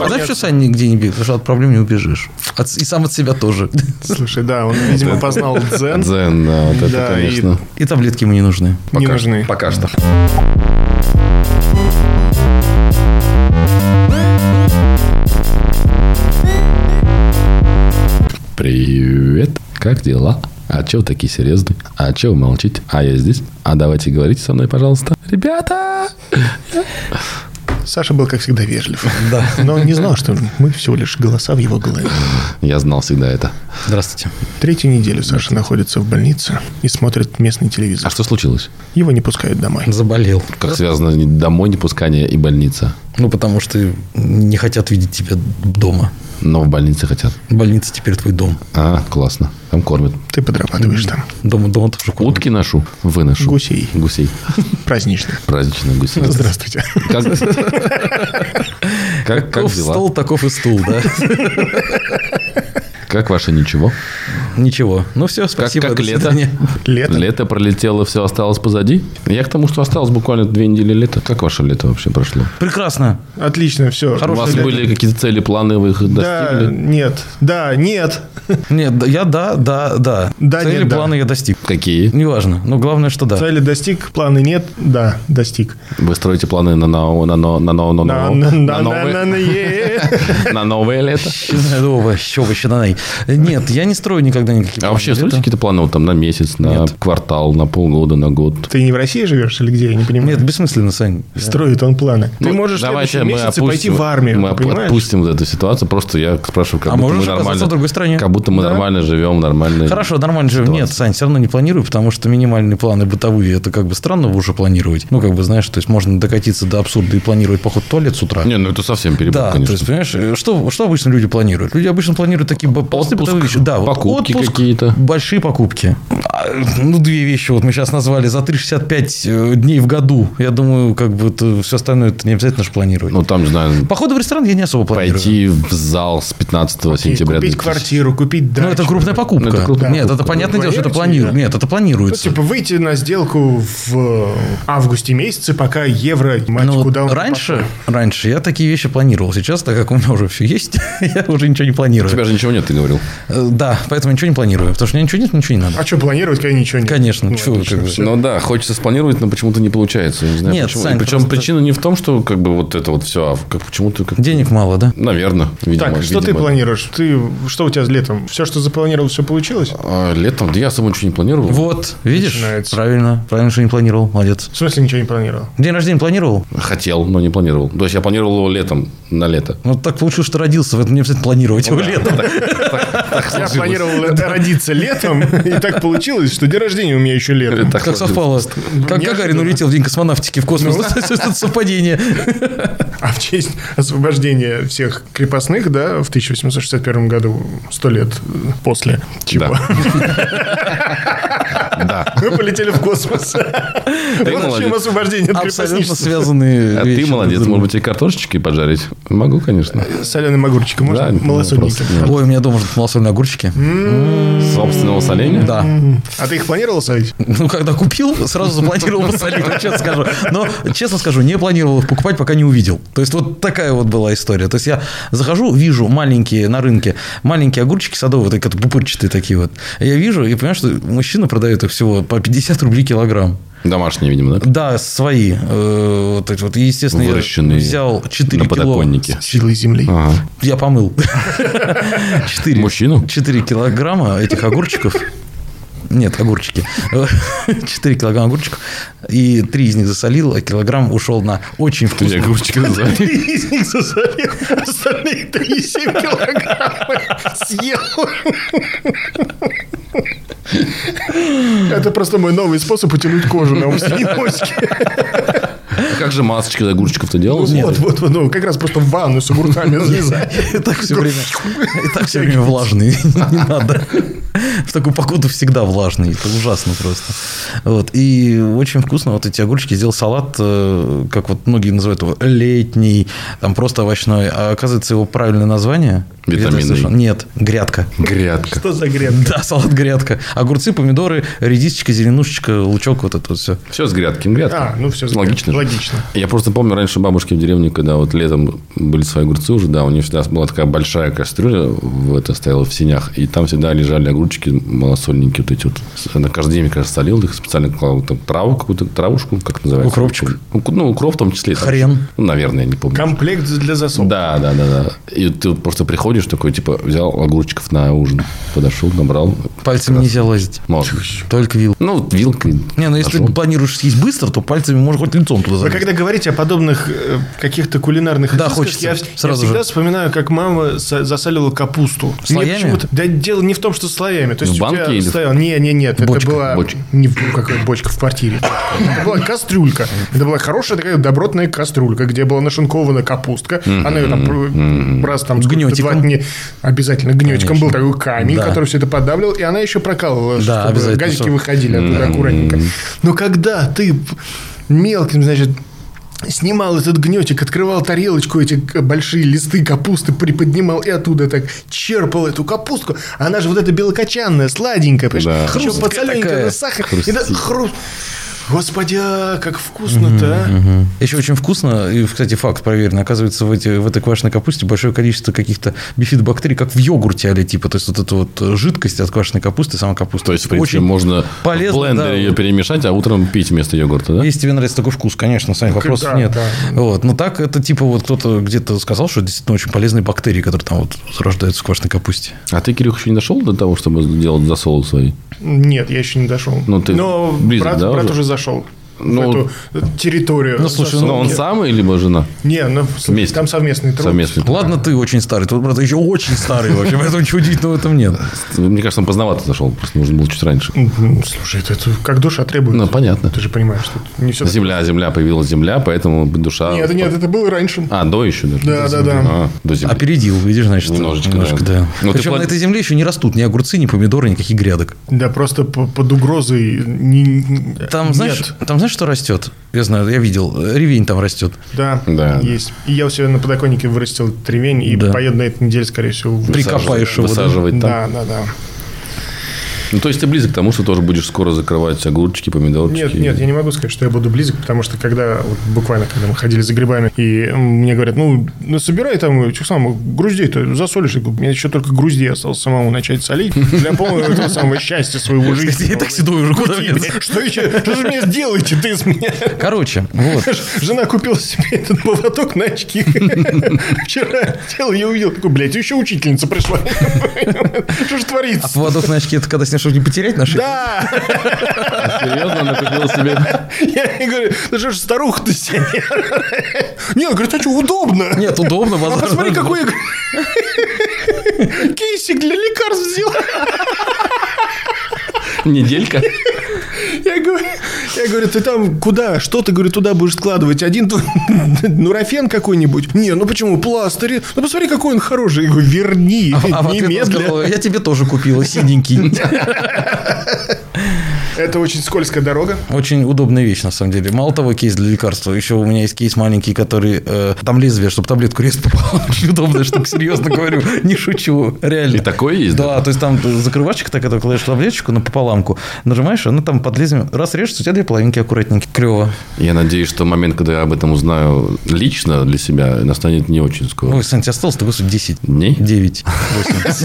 А знаешь, что Саня нигде не бегает? Потому что от проблем не убежишь. И сам от себя тоже. Слушай, да, он, видимо, познал дзен. Дзен, да, вот это, конечно. И таблетки ему не нужны. Не нужны. Пока что. Привет. Как дела? А че вы такие серьезные? А че вы молчите? А я здесь. А давайте говорите со мной, пожалуйста. Ребята! Саша был, как всегда, вежлив. Да. Но он не знал, что мы всего лишь голоса в его голове. Я знал всегда это. Здравствуйте. Третью неделю Саша находится в больнице и смотрит местный телевизор. А что случилось? Его не пускают домой. Заболел. Как связано домой непускание и больница? Ну, потому что не хотят видеть тебя дома. Но в больнице хотят. Больница теперь твой дом. А, классно. Там кормят. Ты подрабатываешь там. Дома тоже кормят. Утки ношу, выношу. Гусей. Гусей. Праздничный. Праздничные гусей. Здравствуйте. Как Каков дела? стол, таков и стул, да? Как ваше ничего? Ничего. Ну, все, спасибо. Как до лето? свидания. Лето. Лето пролетело, все осталось позади. Я к тому, что осталось буквально 2 недели лета. Как ваше лето вообще прошло? Прекрасно. Отлично, все. У Хорошее вас лето. были какие-то цели, планы, вы их Да, достигли? нет. Да, нет. Нет, я да. Да, Цели, нет, да. планы я достиг. Какие? Неважно. Но главное, что да. Цели достиг, планы нет. Да, достиг. Вы строите планы на новое лето? Нет, я не строю никогда никакие А планы. вообще строите Это- какие-то планы вот, там, на месяц, на квартал, на полгода, на год? Ты не в России живешь или где? Я не понимаю. Нет, бессмысленно, Сань. Строит он планы. Ты Ну, можешь в давайте следующем мы месяце пойти в армию. Мы ты понимаешь? отпустим вот эту ситуацию. Просто я спрашиваю, как А будто можешь мы оказаться нормально... в другой стране. Как будто мы Да. нормально живем, нормально... Хорошо, нормально живем. Нет, Сань, все равно не планирую, потому что минимальные планы бытовые, это как бы странно уже планировать. Ну, как бы, знаешь, то есть можно докатиться до абсурда и планировать поход в туалет с утра. Не, ну это совсем перебор, Да, конечно. то есть, понимаешь, что обычно люди планируют? Люди обычно планируют такие простые бытовые вещи. Да, вот покупки отпуск, какие-то. большие покупки. Ну, 2 вещи вот мы сейчас назвали за 365 дней в году. Я думаю, как бы все остальное это не обязательно же планировать. Ну, там, не знаю, Походы в ресторан я не особо планирую. пойти в зал с 15 сентября. Купить 2000. квартиру, купить дачу. Ну, это крупная покупка. Ну, это крупная Нет, покупка. это понятное дело, что это Планируете, планируется. да? Нет, это Ну, планируется. типа, выйти на сделку в августе месяце, пока евро, мать, Ну, куда он раньше я такие вещи планировал. Сейчас, так как у меня уже все есть, я уже ничего не У планирую. тебя же ничего нет, ты говорил. Да, поэтому ничего не планирую. Потому что у меня ничего нет, ничего не надо. А что планировать, когда ничего нет? Конечно, Ну, чё, отлично, как бы. всё. Ну да, хочется спланировать, но почему-то не получается. Я не знаю, Нет, почему. Сань, Причем просто- причина не в том, что как бы вот это вот все, а почему-то как... Денег мало, да? Наверное. Видимо, Так, что ты планируешь? Что у тебя с летом? Все, что запланировал, все получилось? Летом? Да я особо ничего не планировал. Вот, видишь? Начинается. Правильно, что не планировал. Молодец. В смысле ничего не планировал? День рождения планировал? Хотел, но не планировал. То есть я планировал его летом, на лето. Ну, так получилось, что родился, поэтому не обязательно планировать его летом. Я планировал родиться летом, и так получилось, что день рождения у меня еще летом. Так Как совпало. Как Гагарин Неожиданно. улетел в день космонавтики в космос. Это совпадение. А в честь освобождения всех крепостных, да, в 1861 году, 100 лет после чего Да. мы полетели в космос. Вот в молодец. чем освобождение от Абсолютно крепостничества. связанные А вещи. ты молодец. Может быть, и картошечки поджарить? Могу, конечно. Соленым огурчиком можно? Да, Малосольненьким. просто, Ой, у меня дома же малосольные огурчики. Собственного соления? Да. А ты их планировал солить? Ну, когда купил, сразу запланировал посолить, вот честно скажу. Но, честно скажу, не планировал их покупать, пока не увидел. То есть, вот такая вот была история. То есть, я захожу, вижу маленькие на рынке, маленькие огурчики садовые, такие вот пупырчатые такие вот. Я вижу и понимаю, что мужчина продает их всего по 50 рублей килограмм. Домашние, видимо, да? Да, свои. Вот эти вот. И, естественно, я Выращенные взял 4 на кило. подоконнике. Силой земли. Ага. Я помыл. 4. Мужчину? 4 килограмма этих огурчиков. Нет, огурчики. 4 килограмма огурчиков. И 3 из них засолил, а килограмм ушел на очень Ты вкусный. огурчики называешь? Из них засолил, остальные 3,7 килограмма съел. Это просто мой новый способ утянуть кожу на устье моськи. А как же масочки из огурчиков-то делал? Вот, ну, как раз просто в ванну с огурцами залезать. И так все время влажный. Не надо. В такую погоду всегда влажный. Это ужасно просто. Вот. И очень вкусно вот эти огурчики. Сделал салат, как вот многие называют его, летний, там просто овощной. А оказывается, его правильное название... Витаминный. Нет, грядка. Грядка. Что за грядка? Да, салат грядка. Огурцы, помидоры, редисочка, зеленушечка, лучок, вот это вот все. Все с грядки. Грядка. Ну все логично. Логично. Я просто помню раньше бабушки в деревне, когда вот летом были свои огурцы уже, да, у нее всегда была такая большая кастрюля, стояла в сенях, и там всегда лежали огурчики малосольненькие вот эти вот. Она каждый день, мне кажется, солил их, специально клал там траву, какую-то травушку, как это называется? Укропчик. Ну, укроп в том числе. Хрен. Ну, наверное, я не помню. Комплект для засолки. Да. И ты вот просто приходишь такой, типа, взял огурчиков на ужин, подошел, набрал. Пальцами нельзя лазить. Можно. Только вилкой. Ну, вилкой. Не, ну если ты планируешь съесть быстро, то пальцами можно хоть лицом туда Вы залезть. когда говорите о подобных каких-то кулинарных Да, изысках, хочется я сразу всегда же. вспоминаю, как мама засаливала капусту. Слоями? Мне почему-то- Да, дело не в том, что слоями. То есть В у тебя банке или в- стоял... Нет. Бочка, Это была... бочка. Не какая бочка в квартире. Это была кастрюлька. Это была хорошая такая добротная кастрюлька, где была нашинкована капустка. Она ее там раз там... Гнетиком. 2 дня обязательно гнетиком был такой камень, Да. который все это подавливал. И она еще прокалывала, Да, чтобы обязательно, газики чтобы- выходили оттуда аккуратненько. Но когда ты мелким, значит... Снимал этот гнетик, открывал тарелочку, эти большие листы капусты приподнимал и оттуда так черпал эту капустку. Она же вот эта белокочанная, сладенькая, понимаешь? Да. Еще подсоленькая такая. на сахар. И Хрустит. да, Господи, как вкусно-то, а? Еще очень вкусно, и, кстати, факт проверенный, оказывается, в этой квашеной капусте большое количество каких-то бифидобактерий, как в йогурте, а-ля типа, то есть вот эта вот жидкость от квашеной капусты, сама капуста. То есть, в принципе, очень можно полезно, в блендере да. ее перемешать, а утром пить вместо йогурта, да? Если тебе нравится такой вкус, конечно, сами вопросов да, нет. да. Вот. Но так это типа вот кто-то где-то сказал, что это действительно очень полезные бактерии, которые там вот зарождаются в квашеной капусте. А ты, Кирюх, еще не дошел до того, чтобы делать засолы свои? Нет, я еще не дошел. Ну, ты Но близок, да, брат уже? уже зашел. Ну, в эту территорию. ну, слушай, засолки. Но он сам, либо жена? Не, ну, Вместе. там совместный труд. Совместный. Ладно, ты очень старый, твой брат еще очень старый вообще, поэтому ничего удивительного в этом нет. Мне кажется, он поздновато зашел, просто нужно было чуть раньше. Слушай, это как душа требует. Ну, понятно. Ты же понимаешь, что это не все. Земля, появилась земля, поэтому душа... Нет, это было раньше. А, до еще даже? Да, До да, земли. да. А, до земли. Опередил, видишь, значит. Немножечко, да. да. Ну, ты Причем плат- на этой земле еще не растут ни огурцы, ни помидоры, никаких грядок. Да, просто под угрозой. Там, знаешь, что растет? Я знаю, я видел. Ревень там растет. Да, Да. есть. И я у себя на подоконнике вырастил тревень, и Да. поеду на этой неделе, скорее всего. Прикопаешь его. да? Высаживать там. Да. Ну, то есть, ты близок к тому, что тоже будешь скоро закрывать огурчики, помидорчики. Нет, я не могу сказать, что я буду близок, потому что когда буквально мы ходили за грибами, и мне говорят, ну собирай там, что самое, груздей-то засолишь. Я говорю, мне еще только груздей осталось самому начать солить для полного этого самого счастья своего жизни. Я так седой уже, куда мне? Что же мне сделаете ты из меня? Короче, вот. Жена купила себе этот поводок на очки. Вчера сел, я увидел, такой, блядь, еще учительница пришла. Что же А творится? поводок на очке, это когда с ним что-то не потерять на шее? Да! Серьезно, она купила себе... Я ей говорю, да что ж старуха-то сидит? Не, он говорит, а что, удобно? Нет, удобно. А базар. посмотри, какой я кейсик для лекарств взял. Неделька. Я говорю, ты там куда? Что ты, говорю, туда будешь складывать? Один нурофен какой-нибудь? Не, ну почему? Пластыри. Ну посмотри, какой он хороший. Я говорю, верни. А в ответ она Немедля. сказала, я тебе тоже купила, синенький. Это очень скользкая дорога. Очень удобная вещь, на самом деле. Мало того, кейс для лекарства. Еще у меня есть кейс маленький, который... там лезвие, чтобы таблетку резать попало. Очень удобная штука, серьезно говорю. Не шучу, реально. И такое есть, да? Да, то есть там закрывачка такая, кладешь таблеточку напополамку, нажимаешь, она там под лезвием раз режется, у тебя 2 половинки аккуратненькие. Клево. Я надеюсь, что момент, когда я об этом узнаю лично для себя, настанет не очень скоро. Ой, Сань, тебе осталось-то, господи, 10 Дней? 9, 8.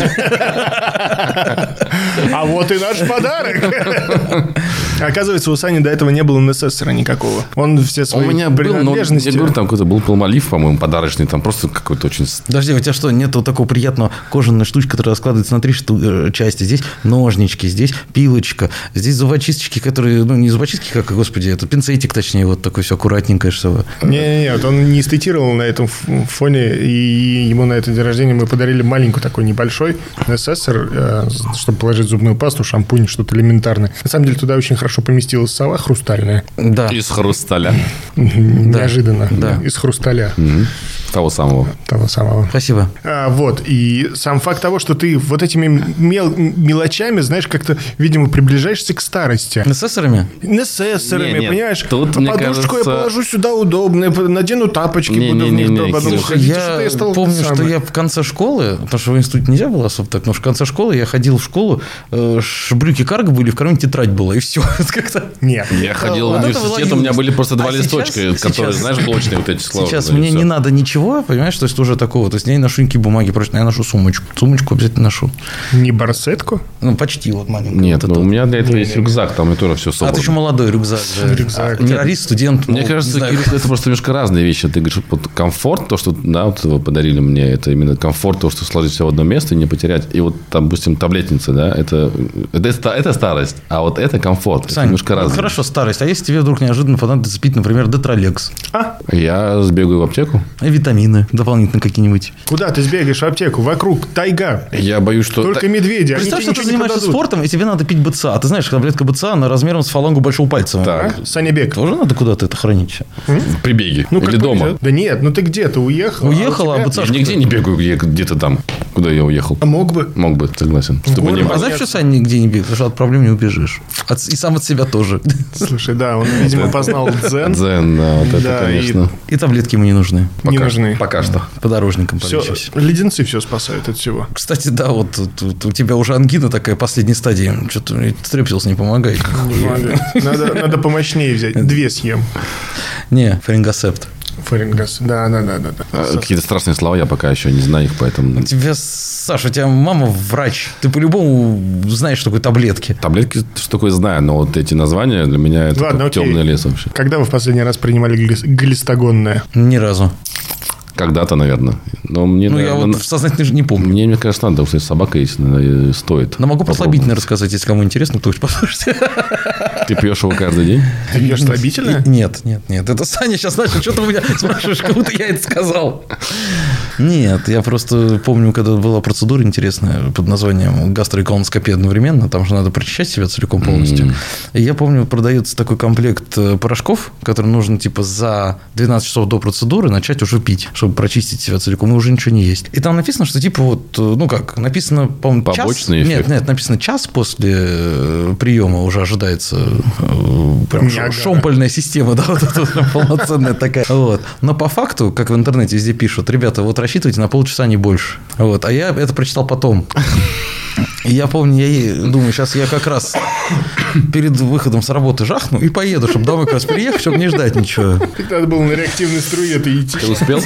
А вот и наш подарок. Оказывается, у Сани до этого не было НССера никакого. Он все У свои меня был, но я принадлежности... говорю, там какой-то был Палмолив, по-моему, подарочный, там просто какой-то очень... Подожди, у тебя что, нету такого приятного кожаной штучки, которая раскладывается на 3 части? Здесь ножнички, здесь пилочка, здесь зубочисточки, которые, ну, не зубочистки, как, господи, это пинцетик, точнее, вот такое все аккуратненькое, что... Нет, он не эстетировал на этом фоне, и ему на это день рождения мы подарили маленький такой небольшой НССер, чтобы положить зубную пасту, шампунь, что-то элементарное. На самом деле, туда очень хорошо поместилась сова хрустальная. Да. Из хрусталя. Неожиданно. Да. Из хрусталя. Того самого. Спасибо. Вот. И сам факт того, что ты вот этими мелочами, знаешь, как-то, видимо, приближаешься к старости. Несессорами? Несессорами, Нет, понимаешь? тут, мне Подушечку кажется... я положу сюда удобно, надену тапочки, буду в них потом ходить. Я помню, что я в конце школы, потому что в институте нельзя было особо так, но в конце школы я ходил в школу, брюки карго были, в кармане тетрадь была, и все. Нет. Я ходил в университет, у меня были просто 2 листочка, которые, знаешь, блочные вот эти слова. Сейчас мне не надо ничего, понимаешь, то есть уже такого. То есть я не ношу никакие бумаги, просто я ношу сумочку. Сумочку обязательно ношу. Не барсетку? Ну, почти вот маленькую. Нет, вот у меня для этого есть рюкзак, там и тоже все собрано. А ты еще молодой рюкзак. Террорист, студент. Мне кажется, Кирилл, это просто немножко разные вещи. Ты говоришь, вот комфорт, то, что, да, вот вы подарили мне, это именно комфорт, то, что сложить все в одно место и не потерять. И вот, допустим, таблетница, да, это старость, а вот это комфорт. Сань, это немножко разное. Хорошо, старость. А если тебе вдруг неожиданно понадобится пить, например, Детролекс? Я сбегаю в аптеку. И витамины дополнительно какие-нибудь. Куда ты сбегаешь в аптеку? Вокруг тайга. Я боюсь, что... Только медведи. Представь, что ты занимаешься спортом, и тебе надо пить БЦА. А ты знаешь, таблетка БЦА, она размером с фалангу большого пальца. Так. Саня Бег. Тоже надо куда-то это хранить? При беге. Ну, или дома. Да нет, ну ты где-то уехал. Уехал, а БЦА... Я нигде не бегаю, я где-то там, куда я уехал. А мог бы. Мог бы, согласен. Чтобы не А было. знаешь, что, Саня, нигде не бегаешь? Потому что от проблем не убежишь. И сам от себя тоже. Слушай, да, он, видимо, познал дзен. Дзен, да, вот это, конечно. И таблетки ему не нужны. Не нужны. Пока что. Подорожникам Все, полечимся. леденцы все спасают от всего. Кстати, да, вот у тебя уже ангина такая последней стадии. Что-то стрепсилс не помогает. Надо помощнее взять. 2 съем. Не, фарингосепт. Фарингас. Да. Какие-то страшные слова, я пока еще не знаю их, поэтому... Саша, у тебя мама врач. Ты по-любому знаешь, что такое таблетки. Таблетки, что такое, знаю, но вот эти названия для меня это Ладно, как темный лес вообще. Когда вы в последний раз принимали глистогонное? Ни разу. Когда-то, наверное. Но мне, Ну, я наверное, вот сознательно не помню. мне кажется, надо, потому что собака есть, наверное, стоит. Но могу попробовать. послабительно рассказать, если кому интересно, кто хочет послушать. Ты пьешь его каждый день? Ты пьешь слабительное? Нет. Это Саня сейчас, знаешь, что ты у меня спрашиваешь, как будто я это сказал. Нет, я просто помню, когда была процедура интересная под названием гастроэколоноскопия одновременно, там же надо прочищать себя целиком полностью. И я помню, продается такой комплект порошков, который нужно типа за 12 часов до процедуры начать уже пить, чтобы прочистить себя целиком, и уже ничего не есть. И там написано, что типа вот, ну как, написано, по-моему, побочный час. эффект. Нет, написано час после приема уже ожидается прям шомпольная система, да, вот эта полноценная такая. Вот. Но по факту, как в интернете везде пишут, ребята, вот рассчитывайте на полчаса, не больше. Вот. А я это прочитал потом. И я помню, я думаю, сейчас я как раз перед выходом с работы жахну и поеду, чтобы домой как раз приехать, чтобы не ждать ничего. Надо было на реактивной струе-то идти. Ты успел?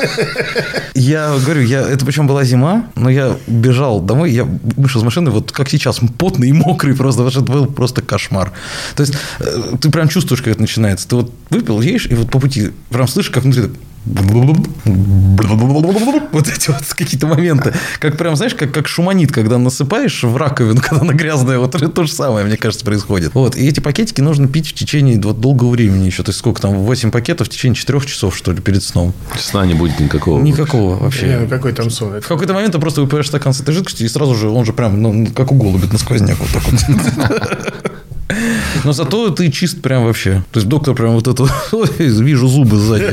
Я говорю, это причем была зима, но я бежал домой, я вышел из машины, вот как сейчас, потный и мокрый просто, потому что это был просто кошмар. То есть, ты прям чувствуешь, как это начинается. Ты вот выпил, едешь, и вот по пути прям слышишь, как внутри вот эти вот какие-то моменты. Как прям, знаешь, как шуманит, когда насыпаешь в раковину, когда она грязная. Вот то же самое, мне кажется, происходит. Вот. И эти пакетики нужно пить в течение вот долгого времени еще. То есть, сколько там, 8 пакетов в течение 4 часов, что ли, перед сном. Сна не будет никакого. Никакого вообще. Не, ну какой там сон? В какой-то момент ты просто выпиваешь стакан с этой жидкостью, и сразу же он же прям, ну, как у голубя на сквозняк. Вот так вот. Но зато ты чист прям вообще. То есть доктор прям вот это... Ой, вижу зубы сзади.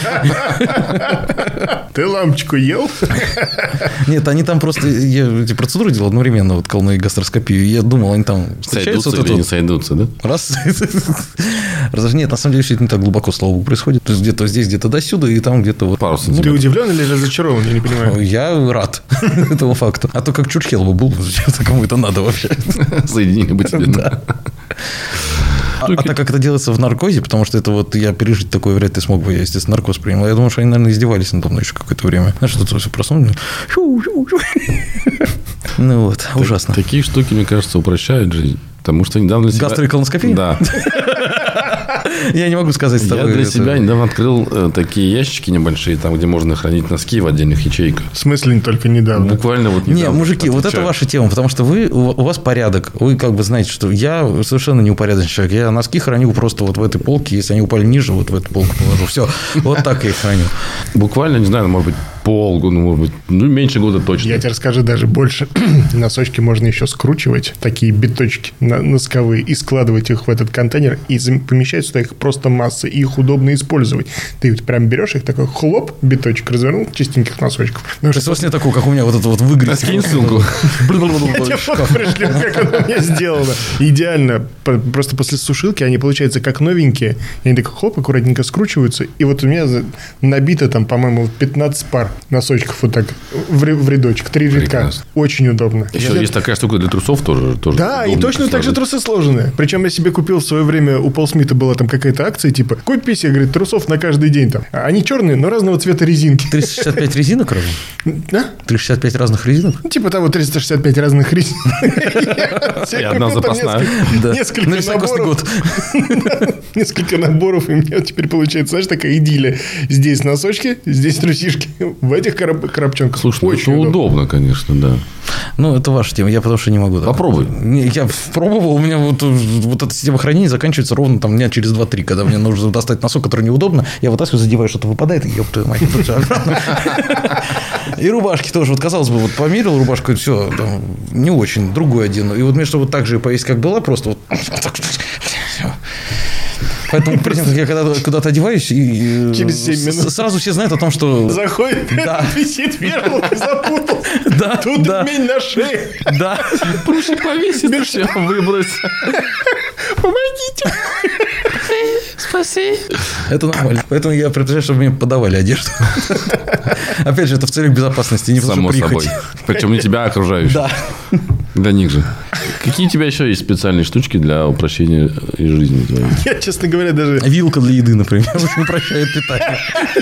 Ты лампочку ел? Нет, они там просто... Я эти процедуры делал одновременно, вот колоную гастроскопию. Я думал, они там встречаются. Сойдутся или не сойдутся, да? Раз. Нет, на самом деле, все это не так глубоко, слава богу, происходит. То есть где-то здесь, где-то до сюда, и там где-то вот... Пару Ты сантиметров. удивлен или разочарован? Я не понимаю. Я рад этому факту. А то как Чурчхел бы был, зачем-то кому это надо вообще. Соединение бы тебе. Да. А так как это делается в наркозе, потому что это вот я пережить такое вряд ли смог бы, я, естественно, наркоз принимал. Я думаю, что они, наверное, издевались надо мной еще какое-то время. Знаешь, что-то все просунули. Ну вот, ужасно. Такие штуки, мне кажется, упрощают жизнь. Потому что недавно для себя... Гастроэколоноскопия? Да. Я не могу сказать с тобой. Я для себя недавно открыл такие ящики небольшие, там, где можно хранить носки в отдельных ячейках. В смысле, только недавно? Буквально вот Не, недавно. мужики, вот это ваша тема, потому что у вас порядок. Вы как бы знаете, что я совершенно неупорядоченный человек. Я носки храню просто вот в этой полке. Если они упали ниже, вот в эту полку положу. Все, вот так я их храню. Буквально, не знаю, может быть, полгода, может быть, ну, меньше года точно. Я тебе расскажу даже больше. Носочки можно еще скручивать, такие биточки носковые, и складывать их в этот контейнер, и помещаются что их просто масса, и их удобно использовать. Ты вот прям берешь их, такой хлоп, биточек развернул, чистеньких носочков. То есть у вас нет такого, как у меня, вот это вот выгрыз. Скинь ссылку. Я тебе пришлю, как оно у меня сделано. Идеально. Просто после сушилки они получаются как новенькие. И они так хлоп, аккуратненько скручиваются. И вот у меня набито там, по-моему, 15 пар носочков вот так в рядочек. 3 рядка. Прекрасно. Очень удобно. Еще есть такая штука для трусов тоже. Да, и точно так же трусы сложены. Причем я себе купил в свое время, у Пол Смита была там какая-то акция, типа, купи себе, говорит, трусов на каждый день там. Они черные, но разного цвета резинки. 365 резинок разве? Да? 365 разных резинок? Типа того, 365 разных резинок. И одна запасная. Несколько На весь наборов. Несколько наборов, и у меня теперь получается, знаешь, такая идиллия. Здесь носочки, здесь трусишки. В этих коробчонках. Слушай, ну это удобно, конечно, да. Ну, это ваша тема, я потому что не могу. Да. Попробуй. Я пробовал, у меня вот эта система хранения заканчивается ровно там дня через 2-3, когда мне нужно достать носок, который неудобно, я вытаскиваю, задеваю, что-то выпадает, и ёб твою мать, это всё обратно. И рубашки тоже, вот казалось бы, вот померил рубашку, и все, не очень, другую одену. И вот мне, чтобы вот так же повесить, как была, просто вот так. Поэтому, при этом, как я когда куда-то одеваюсь, и через 7 минут сразу все знают о том, что... Заходит, висит вверху, запутал. Да, тут ремень на шее. Да. Проще повесить, все выбрать. Помогите. Спаси. Это нормально. Поэтому я предпочитаю, чтобы мне подавали одежду. Опять же, это в целях безопасности, не потому что собой. Причем не тебя, а окружающих. Да. Для них же. Какие у тебя еще есть специальные штучки для упрощения жизни твоей? Я, честно говоря, даже... Вилка для еды, например, очень упрощает питание.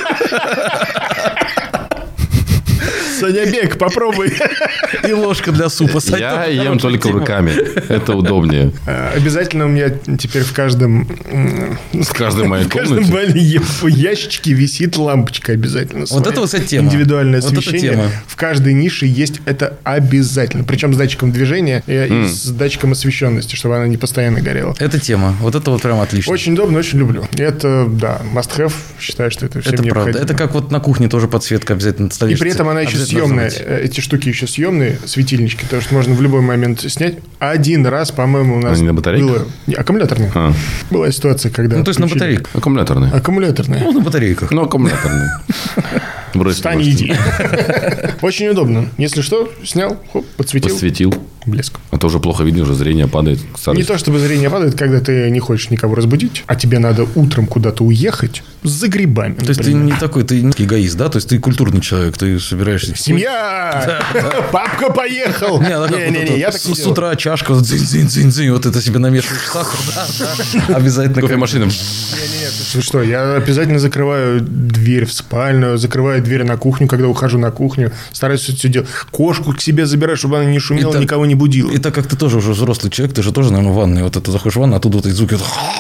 Саня-бег, попробуй. И ложка для супа. Я ем только руками. Это удобнее. Обязательно у меня теперь в каждом... В каждой моей комнате. В каждом ящичке висит лампочка обязательно. Вот это вот тема. Индивидуальное освещение. В каждой нише есть это обязательно. Причем с датчиком движения и с датчиком освещенности, чтобы она не постоянно горела. Это тема. Вот это вот прям отлично. Очень удобно, очень люблю. Это, да, must have. Считаю, что это всем необходимо. Это правда. Это как вот на кухне тоже подсветка обязательно на столе. И при этом она еще съемная. Эти штуки еще съемные, светильнички, потому что можно в любой момент снять. Один раз, по-моему, у нас они на батарейках? было... Аккумуляторные. Была ситуация, когда... Ну, то есть на батарейках. Аккумуляторные. Аккумуляторные. Ну, на батарейках. Ну, аккумуляторные. Встань и иди. Очень удобно. Если что, снял, хоп, подсветил. Блеск. А то уже плохо видно, уже зрение падает. Не то, чтобы зрение падает, когда ты не хочешь никого разбудить, а тебе надо утром куда-то уехать за грибами. То есть ты не такой, ты не эгоист, да? То есть ты культурный человек, ты собираешься... Семья! Папка поехал! Не, я так не делаю. С утра чашка, дзынь-дзынь-дзынь, вот это себе намешиваешь сахар, да. Обязательно. Кофемашина. Нет, что, я обязательно закрываю дверь в спальню, закрываю дверь на кухню, когда ухожу на кухню, стараюсь все делать. Кошку к себе забираю, чтобы она не шумела, никого не будила. И так как ты тоже уже взрослый человек, ты же тоже, наверное, в ванной. Вот это заходишь в ванну, оттуда вот эти звуки.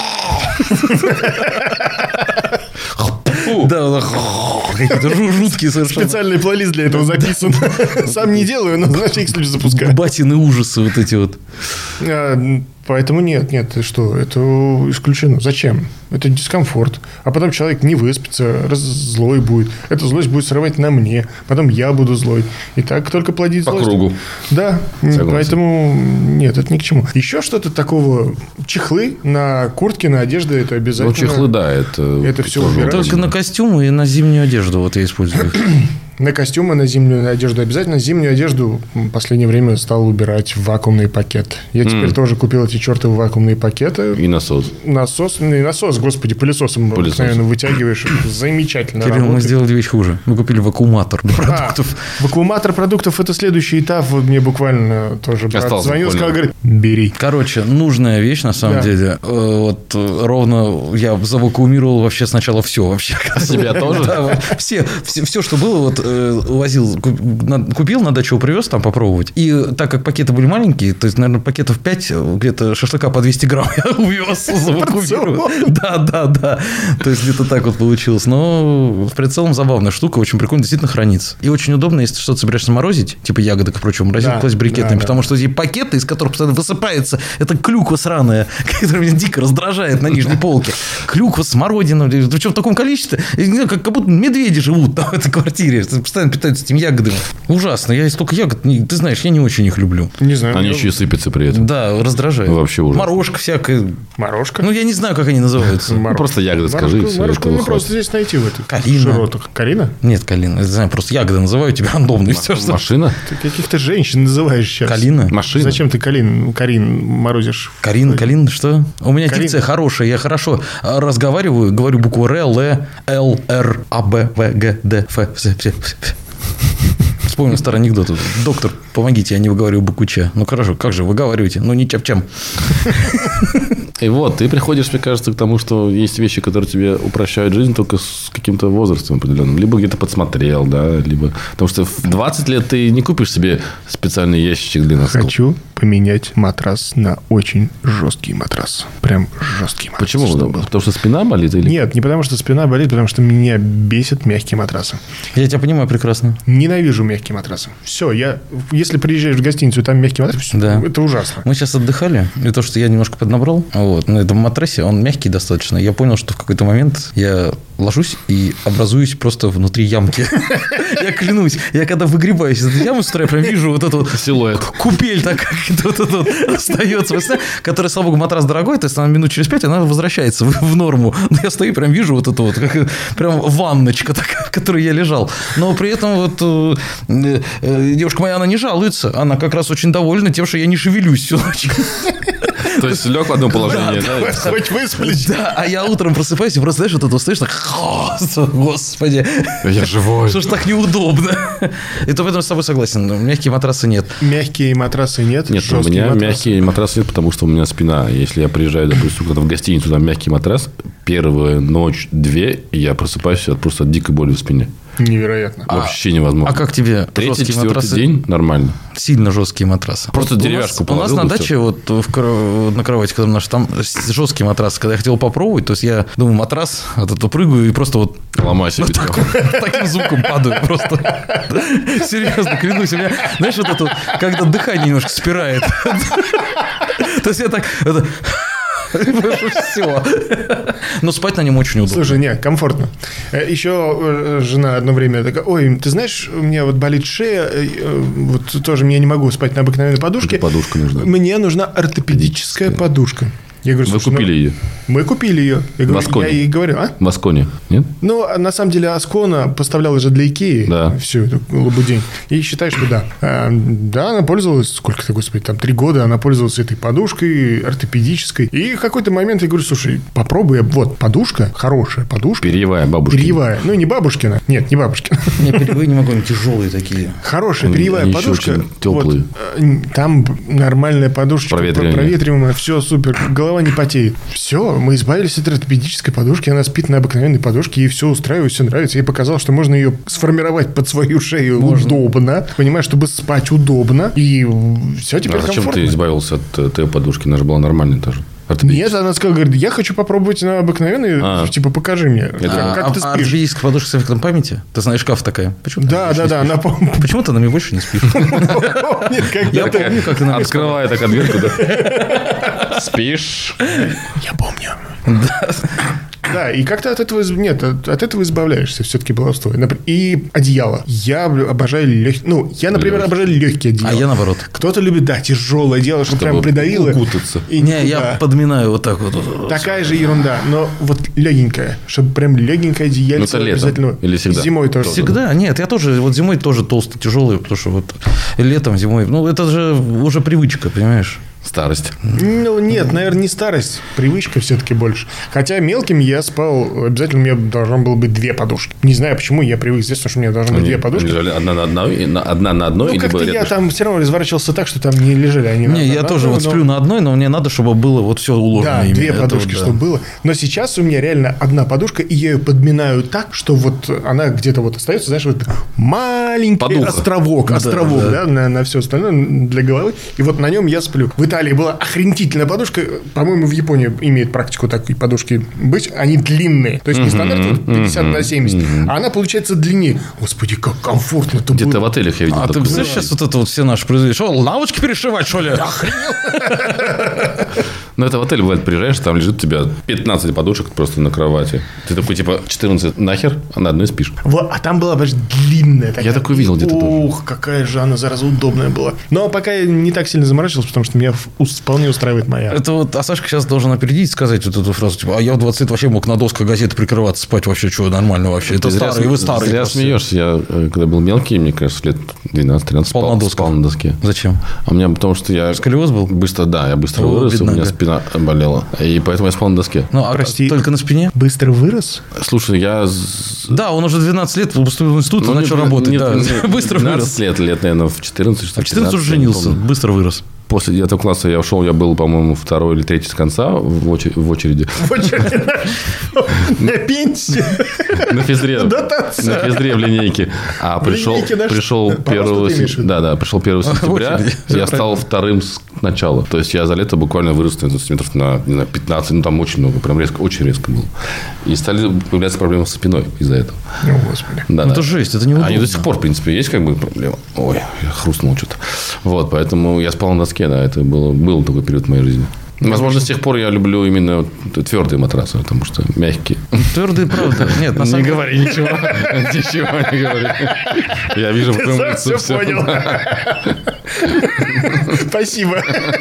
Да, какие-то жуткие совершенно. Специальный плейлист для этого записан. Сам не делаю, но на всякий случай запускаю. Батины ужасы вот эти вот. Поэтому нет, что, это исключено. Зачем? Это дискомфорт. А потом человек не выспится, злой будет. Эта злость будет срывать на мне. Потом я буду злой. И так только плодить злость. По кругу. Да. Согласен. Поэтому нет, это ни к чему. Еще что-то такого. Чехлы на куртке, на одежду, это обязательно. Ну, чехлы, да. Это все убирать. Только на костюмы и на зимнюю одежду вот я использую их. На костюмы, на зимнюю одежду обязательно. Зимнюю одежду в последнее время стал убирать в вакуумный пакет. Я теперь тоже купил эти чертовы вакуумные пакеты. И насос. Насос, господи, пылесосом наверное, вытягиваешь. Замечательно Кирилл, мы сделали вещь хуже. Мы купили вакууматор продуктов. Вакууматор продуктов – это следующий этап. Вот мне буквально тоже брат звонил, сказал, говорит, бери. Короче, нужная вещь на самом деле. Вот ровно я завакуумировал вообще сначала все. Вообще. Себя тоже? Да, все, что было, вот возил, купил, на дачу привез там попробовать. И так как пакеты были маленькие, то есть, наверное, пакетов 5, где-то шашлыка по 200 грамм я увез, завакуумировал. Да. То есть, где-то так вот получилось. Но в целом забавная штука, очень прикольно, действительно хранится. И очень удобно, если что-то собираешься морозить, типа ягодок и прочего, морозить, класть брикетами, потому что эти пакеты, из которых постоянно высыпается, это клюква сраная, которая меня дико раздражает на нижней полке. Клюква, смородина, причем в таком количестве, как будто медведи живут там в этой квартире. постоянно питаются этими ягодами. Ужасно. Я столько ягод, ты знаешь, я не очень их люблю. Не знаю. Они еще и сыпятся при этом. Да, раздражает. Вообще ужасно. Морожка всякая. Морожка? Ну, я не знаю, как они называются. Ну, просто ягоды скажи. и всё, Морожку этого не просто хватит. здесь найти в этих Калина. широтах. Калина? Нет, калина. Я знаю, просто ягоды называю тебе рандомно. И все, что... Машина? Ты каких-то женщин называешь сейчас. Калина. Машина? Зачем ты Карин морозишь? Карин, что? У меня Карин. дикция хорошая. Я хорошо разговариваю, говорю букву Р, Л, Р, А, Б, В, Г, Д, Ф. Все. Вспомнил старый анекдот. Доктор, помогите, я не выговариваю букву Ч. Ну, хорошо, как же выговариваете? Ну, не чап-чам. И вот, ты приходишь, мне кажется, к тому, что есть вещи, которые тебе упрощают жизнь только с каким-то возрастом определенным. Либо где-то подсмотрел, да, либо... Потому что в 20 лет ты не купишь себе специальный ящичек для носков. Хочу поменять матрас на очень жесткий матрас. Прям жесткий матрас. Почему? Чтобы был. Потому что спина болит? Или... Нет, не потому что спина болит, потому что меня бесят мягкие матрасы. Я тебя понимаю прекрасно. Ненавижу мягкие матрасы. Все, если приезжаешь в гостиницу, и там мягкий матрас, Да. это ужасно. Мы сейчас отдыхали, и то, что я немножко поднабрал, вот, на этом матрасе, он мягкий достаточно. Я понял, что в какой-то момент я ложусь и образуюсь просто внутри ямки. Я клянусь, я когда выгребаюсь из этой ямы с утра, я прям вижу вот эту вот Силуэт. купель такая, вот эта вот остается, которая, слава богу, матрас дорогой, то есть она минут через 5, она возвращается в норму. Но я стою, прям вижу вот эту вот, как прям ванночка такая, в которой я лежал. Но при этом вот девушка моя, она не жалуется, она как раз очень довольна тем, что я не шевелюсь всю ночь. То есть лег в одно положение, да? Хоть высплись. Да, а я утром просыпаюсь и просто, знаешь, вот это стоишь так, господи, Я живой. что ж так неудобно. И то в этом с тобой согласен, мягкие матрасы нет. Мягкие матрасы нет. Нет, у жесткие меня матрасы. мягкий матрас нет, потому что у меня спина. Если я приезжаю, допустим, куда-то в гостиницу, там мягкий матрас, первую ночь, 2, и я просыпаюсь просто от дикой боли в спине. Невероятно. Вообще невозможно. А как тебе Третий, жесткие 4-й матрасы? день нормально. Сильно жесткие матрасы. Просто Вот деревяшку у нас положил, на и даче, всё. вот на кровати, когда наш, там жесткий матрас. Когда я хотел попробовать, то есть я думаю, матрас, вот это прыгаю и просто вот Ломай себе. вот таким звуком падаю просто. Серьезно, клянусь. У меня, знаешь, вот это вот, когда дыхание немножко спирает. То есть я так... Все. Но спать на нем очень удобно. Слушай, не, комфортно. Еще жена одно время такая: ой, ты знаешь, у меня вот болит шея, вот тоже я не могу спать на обыкновенной подушке. Подушка нужна. Мне нужна ортопедическая подушка. Я говорю: Вы слушай, купили ее? Мы купили ее. В Асконе? Я ей говорю, В Асконе, нет? Ну, на самом деле, Аскона поставляла же для Икеи Да. всю эту лабудень. И считай, что да. Да, она пользовалась, сколько-то, господи, там 3 года она пользовалась этой подушкой ортопедической. И в какой-то момент я говорю: слушай, попробуй, вот, подушка, хорошая подушка. Перьевая бабушка. Перьевая. Ну, не бабушкина. Нет, не бабушкина. Не, перьевые не могу, они тяжелые такие. Хорошая Они перьевая еще подушка. очень теплые. Вот, там нормальная подушечка. Проветриваемая. Проветриваемая. Все супер. Голова не потеет. Все, мы избавились от ортопедической подушки. Она спит на обыкновенной подушке. Ей все устраивает, все нравится. Ей показалось, что можно ее сформировать под свою шею удобно. Понимаешь, чтобы спать удобно. И все теперь А зачем комфортно. ты избавился от той подушки? Она же была нормальной тоже. Нет, она сказала, говорит: я хочу попробовать на обыкновенной. Типа, покажи мне, как ты спишь. Ортопедическая подушка с эффектом памяти? Ты знаешь, шкаф такая. Почему ты Да, она помнит. Почему ты на мне больше не спишь? Я помню, как ты на мне спал. Открывая так дверку, да? Спишь? Я помню. Да, и как-то от этого... Нет, от этого избавляешься все-таки баловство. И одеяло. Я обожаю легкие... Ну, я, например, обожаю легкие одеяла. А я наоборот. Кто-то любит, да, тяжелое одеяло, что прям придавило. Укутаться. И Не, я никуда. подминаю вот так вот. Такая же ерунда, но вот легенькая. Чтобы прям легенькое одеяльце. Ну, это летом обязательно. или всегда? Зимой тоже. Всегда. Нет, я тоже, вот зимой тоже толстый, тяжелый, потому что вот летом, зимой, ну, это же уже привычка, понимаешь? Старость. Ну, нет, наверное, не старость. Привычка все-таки больше. Хотя мелким я спал... Обязательно у меня должно было быть 2 подушки. Не знаю, почему я привык здесь, потому что у меня должно быть 2 подушки. Они лежали одна на одной, Ну, или как-то были я рядышком? там все равно разворачивался так, что там не лежали они. Не, я тоже вот сплю на одной, но мне надо, чтобы было вот все уложено. Да, ими. 2 Это подушки, вот, да. чтобы было. Но сейчас у меня реально одна подушка, и я ее подминаю так, что вот она где-то вот остается, знаешь, вот маленький Подуха. островок, да, на все остальное для головы. И вот на нем я сплю. В Италии была охренительная подушка. По-моему, в Японии имеет практику такой подушки быть. Они длинные. То есть не стандартно 50 на 70, а она получается длиннее. Господи, как комфортно-то Где-то было. в отелях я видел. А ты такое. представляешь, сейчас вот это вот все наши производители, что, лавочки перешивать, что ли? Ну, это в отель бывает, приезжаешь, там лежит у тебя 15 подушек просто на кровати. Ты такой, типа, 14 нахер, а на одной спишь. Вот, а там была, почти длинная такая. Я такую видел где-то тоже. Ух, какая же она, зараза, удобная была. Но пока я не так сильно заморачивался, потому что меня вполне устраивает моя. Это вот, а Сашка сейчас должен опередить и сказать вот эту фразу, типа, а я в 20 лет вообще мог на досках газеты прикрываться, спать вообще, что, нормально вообще. Это старый, вы старый. Зря смеешься. Я, когда был мелкий, мне кажется, лет 12-13 спал на доске. Зачем? А у меня, потому что я... Сколиоз был? Я быстро вырос, у меня спина болела. И поэтому я спал на доске. Ну, а прости, только на спине? Быстро вырос? Слушай, я... Да, он уже 12 лет поступил в институт и начал работать. Быстро вырос. 12 лет, наверное, в 14, что ли. В 14 уже женился, быстро вырос. После 9 класса я ушел, я был, по-моему, 2 или 3 с конца в очереди. В очереди? На пенсию? На физре. Дотация. На физре в линейке. А пришел 1 Да, пришел 1 сентября, я стал 2 с начала. То есть я за лето буквально вырос сантиметров на 15, ну там очень много, прям резко, очень резко было. И стали появляться проблемы со спиной из-за этого. О, Господи. Да, это жесть, это неудобно. Они до сих пор, в принципе, есть как бы проблема. Ой, я хрустнул что-то. Вот, поэтому я спал на доске, да, это был такой период в моей жизни. Возможно, с тех пор я люблю именно твердые матрасы, потому что мягкие. Твердые, правда. Нет, на самом деле... Не говори ничего. Ничего не говори. Я вижу, в твоем лице все понял. Спасибо.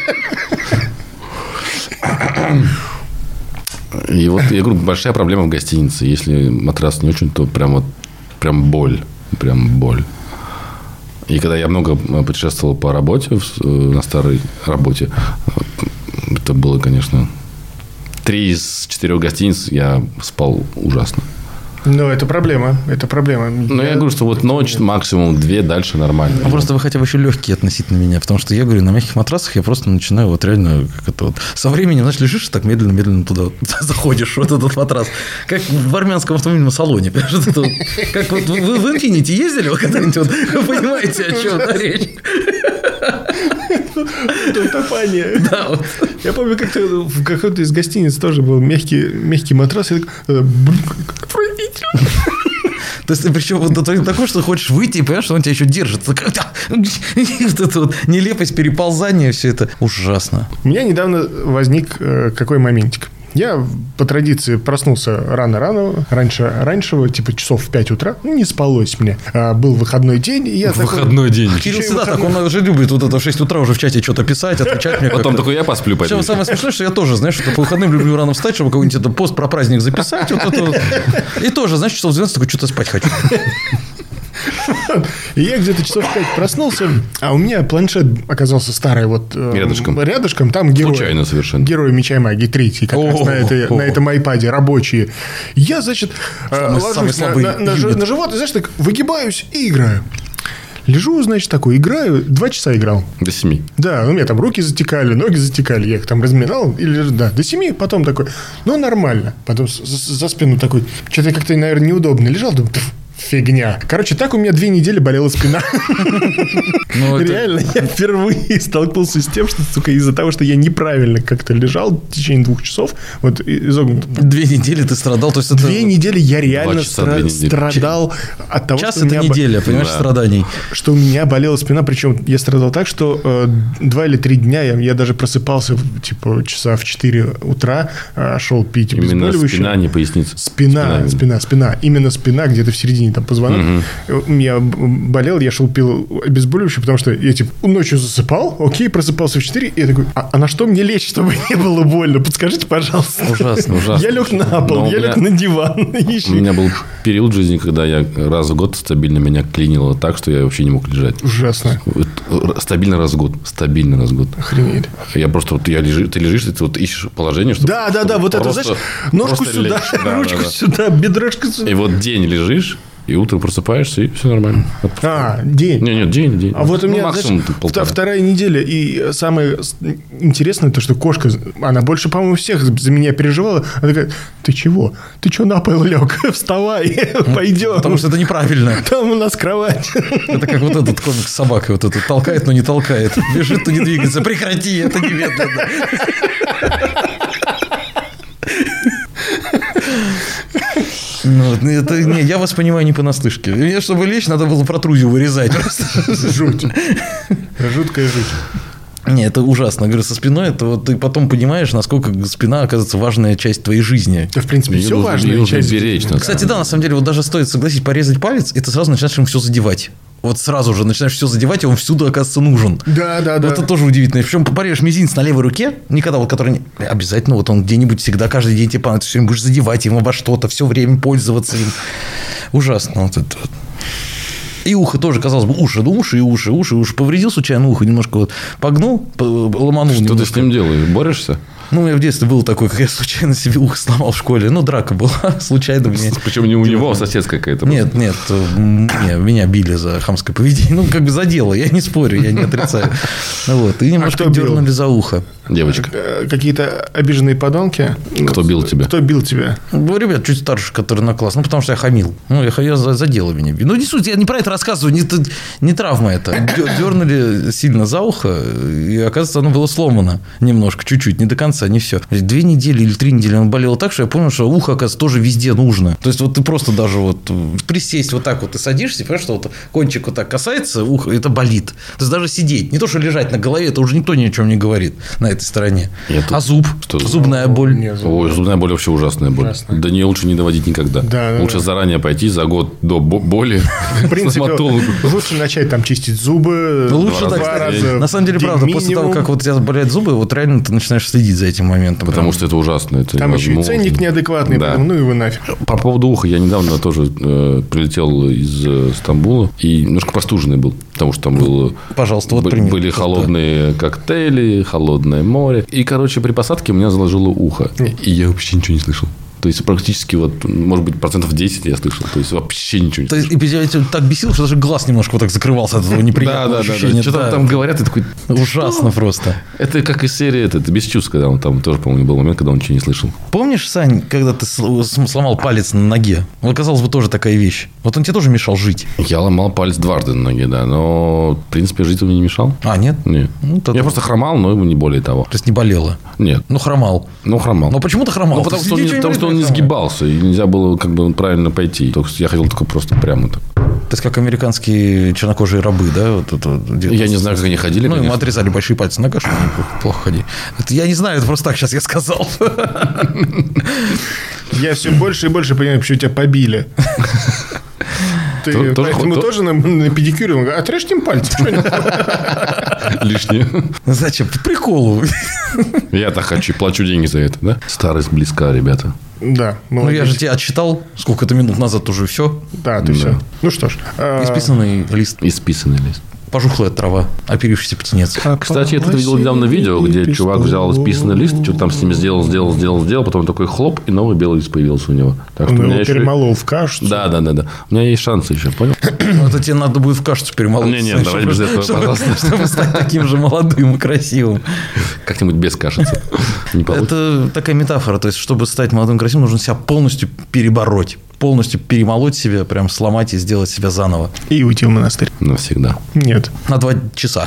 И вот, я говорю, большая проблема в гостинице. Если матрас не очень, то прям боль. Прям боль. И когда я много путешествовал по работе, на старой работе, это было, конечно... 3 из 4 гостиниц я спал ужасно. Ну, это проблема. Это проблема. Ну, я говорю, что вот ночь, максимум 2, дальше нормально. Ну, просто вы хотя бы еще легкие относительно меня. Потому что я говорю, на мягких матрасах я просто начинаю вот реально как это вот... Со временем, знаешь, лежишь и так медленно-медленно туда вот заходишь, вот этот матрас. Как в армянском автомобильном салоне. Понимаешь, вот это вот, как вот вы в Infiniti ездили, вы когда-нибудь вот, вы понимаете, о чем речь? Утопание. Да, вот. Я помню, как-то в какой-то из гостиниц тоже был мягкий матрас. Я такой, то есть, причем вот такое, что хочешь выйти и понимаешь, что он тебя еще держит. Вот эта вот нелепость переползания, все это ужасно. У меня недавно возник какой моментик. Я по традиции проснулся рано-рано, раньше, типа часов в 5 утра. Ну, не спалось мне. Был выходной день. И я выходной день. Кирилл всегда так, он уже любит вот это в 6 утра уже в чате что-то писать, отвечать мне. Потом такой, я посплю. Причем самое смешное, что я тоже, знаешь, что по выходным люблю рано встать, чтобы какой-нибудь это пост про праздник записать. Вот это вот. И тоже, знаешь, часов в 12 такой, что-то спать хочу. И я где-то часов в 5 проснулся, а у меня планшет оказался старый вот рядышком, там герой. Случайно совершенно. Герой Меча и Магии 3, как раз на этом айпаде, рабочие. Я, значит, ложусь на живот, и, знаешь, так выгибаюсь и играю. Лежу, значит, такой, играю, 2 часа играл. До 7. Да, у меня там руки затекали, ноги затекали, я их там разминал, до 7, потом такой, ну, нормально. Потом за спину такой, что-то как-то, наверное, неудобно лежал, думаю, фигня. Короче, так у меня 2 недели болела спина. Реально, я впервые столкнулся с тем, что, сука, из-за того, что я неправильно как-то лежал в течение 2 часов, вот изогнуто. 2 недели ты страдал, то есть 2 недели я реально страдал от того, что у меня... Час – это неделя, понимаешь, страданий. Что у меня болела спина, причем я страдал так, что 2 или 3 дня я даже просыпался, типа, часа в 4 утра, шел пить обезболивающее. Именно спина, не поясница. Спина. Именно спина, где-то в середине там позвонок. У меня болел, я шел пил обезболивающее, потому что я типа ночью засыпал, окей, просыпался в 4, и я такой, а на что мне лечь, чтобы не было больно? Подскажите, пожалуйста. Ужасно. Я лег на пол, я лег на диван. У меня был период в жизни, когда я раз в год стабильно меня клинило так, что я вообще не мог лежать. Ужасно. Стабильно раз в год. Охренеть. Я просто, ты лежишь, ты вот ищешь положение, чтобы... Да, вот это, знаешь, ножку сюда, ручку сюда, бедрышко сюда. И вот день лежишь, и утром просыпаешься, и все нормально. День. Нет, день. А вот у меня, максимум знаешь, 2-я неделя. И самое интересное, то, что кошка, она больше, по-моему, всех за меня переживала. Она такая, ты чего? Ты что на пол лег? Вставай, пойдем. Потому что это неправильно. Там у нас кровать. Это как вот этот комик с собакой. Вот этот толкает, но не толкает. Бежит, но не двигается. Прекрати, это немедленно. Я вас понимаю не понаслышке. Мне, чтобы лечь, надо было протрузию вырезать. Жуть. Жуткая жуть. Не, это ужасно. Говорю, со спиной, это вот ты потом понимаешь, насколько спина, оказывается, важная часть твоей жизни. Да, в принципе, Её все нужно- важно. её нужно беречь, надо. Кстати, да, на самом деле, вот даже стоит, согласись, порезать палец, и ты сразу начинаешь ему все задевать. Вот сразу же начинаешь все задевать, и он всюду, оказывается, нужен. Да. Вот это тоже удивительно. Причем порежешь мизинец на левой руке, никогда вот, который обязательно, вот он где-нибудь всегда, каждый день тебе понадобится, все время будешь задевать его во что-то, все время пользоваться им. Ужасно вот это вот. И ухо тоже, казалось бы, уши. Повредил случайно ухо, немножко вот погнул, ломанул Что немножко. ты с ним делаешь? Борешься? Ну, у меня в детстве было такое, как я случайно себе ухо сломал в школе. Ну, драка была, случайно мне. Причем не у него, а соседская какая-то. Нет, меня били за хамское поведение. Ну, как бы задело, я не спорю, я не отрицаю. Вот, и немножко кто бил? дернули за ухо. Девочка. Какие-то обиженные подонки. Кто бил тебя? Кто бил тебя? Ну, ребят чуть старше, которые на класс. Ну, потому что я хамил. Ну, я задело меня. Ну, не суть, я не про это рассказываю, не травма это. Дернули сильно за ухо, и, оказывается, оно было сломано немножко, чуть-чуть, не до конца, не все. 2 недели или 3 недели оно болело так, что я понял, что ухо, оказывается, тоже везде нужно. То есть, вот ты просто даже вот присесть вот так вот, ты садишься, понимаешь, что вот кончик вот так касается уха, это болит. То есть, даже сидеть, не то, что лежать на голове, это уже никто ни о чем не говорит на этой стороне. Нет, А зуб? что- Зубная боль. Нет, Ой, зубная боль вообще ужасная боль. Ужасная. До нее лучше не доводить никогда. Да. Лучше заранее пойти за год до боли В к принципе, стоматологу. лучше начать там чистить зубы. Ну, лучше, Два да, раза кстати, в день. на самом деле, в день правда, после того, минимум. как вот у тебя болят зубы, вот реально ты начинаешь следить за этим моментом. Потому что это ужасно. Это Там еще и невозможно. ценник неадекватный, Да. поэтому ну его нафиг. По поводу уха, я недавно тоже прилетел из Стамбула и немножко простуженный был, потому что там было... Пожалуйста, вот пример. Были холодные коктейли, холодное море. И, короче, при посадке у меня заложило ухо. И я вообще ничего не слышал. То есть, практически, вот, может быть, 10% я слышал. То есть, вообще ничего не То слышал. есть, и я тебя так бесил, что даже глаз немножко вот так закрывался от этого неприятного ощущения. Что Да. там говорят, и такой... Ужасно просто. Это как из серии это без чувств, когда он там тоже, по-моему, был момент, когда он ничего не слышал. Помнишь, Сань, когда ты сломал палец на ноге? Вот, казалось бы, тоже такая вещь. Вот он тебе тоже мешал жить. Я ломал палец дважды на ноге, да, но, в принципе, жить он мне не мешал. А, нет? Нет. Ну, тогда- Я просто хромал, но не более того. То есть, не болело. Нет. Ну, хромал. Ну, хромал. Но почему-то хромал. Ну, потому То что, есть, ничего он не хромал. сгибался, и нельзя было как бы правильно пойти. То есть, я ходил только просто прямо так. То есть, как американские чернокожие рабы, да? Вот, Я не знаю, как они ходили, Ну, им конечно. отрезали большие пальцы нога, чтобы они плохо ходили. Это я не знаю, это просто так сейчас я сказал. Я все больше и больше понимаю, почему тебя побили. Ты Тоже поэтому ход- тоже на педикюре он говорит, отрежьте им пальцы. Что они- Лишнее. Зачем? По приколу. Я-то хочу, плачу деньги за это, да? Старость близка, ребята. Да, Ну, я же тебя отчитал, сколько-то минут назад уже все. Да, ты все. Ну что ж. Исписанный лист, Исписанный лист. пожухлая трава, оперившийся птенец. Кстати, я тут видел недавно видео, где чувак взял исписанный лист, что-то там с ним сделал, потом такой хлоп, и новый белый лист появился у него. Так что Он у меня его еще... перемолол в кашу. Да. У меня есть шансы еще, понял? Ну, это тебе надо будет в кашицу перемолоть. Не-не, Сань, давай чтобы- без этого, чтобы- пожалуйста. Чтобы стать таким же молодым и красивым. Как-нибудь без кашицы. Не получится. Это такая метафора. То есть, чтобы стать молодым и красивым, нужно себя полностью перебороть. Полностью перемолоть себя, прям сломать и сделать себя заново. И уйти в монастырь. Навсегда. Нет. На 2 часа.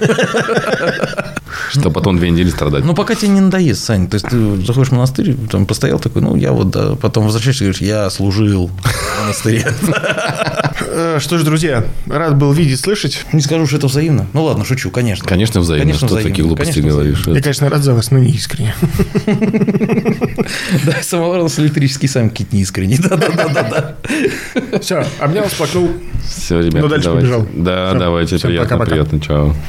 Чтобы потом 2 недели страдать. Ну, пока тебе не надоест, Сань. То есть, ты заходишь в монастырь, там постоял такой, ну, я вот, да. Потом возвращаешься и говоришь, я служил в монастыре. Что ж, друзья, рад был видеть, слышать. Не скажу, что это взаимно. Ну, ладно, шучу, конечно. Конечно, взаимно. Конечно, Что взаимно. такие глупости Конечно, говоришь? Я, конечно, рад за вас, но не искренне. Да, самовар с электрические сами какие-то неискренние. Да. Все, обнял, сплакнул. Все, ребята, Ну, дальше давайте. побежал. Да, Всё. давайте. Всем Приятно, пока-пока. приятно. Чао.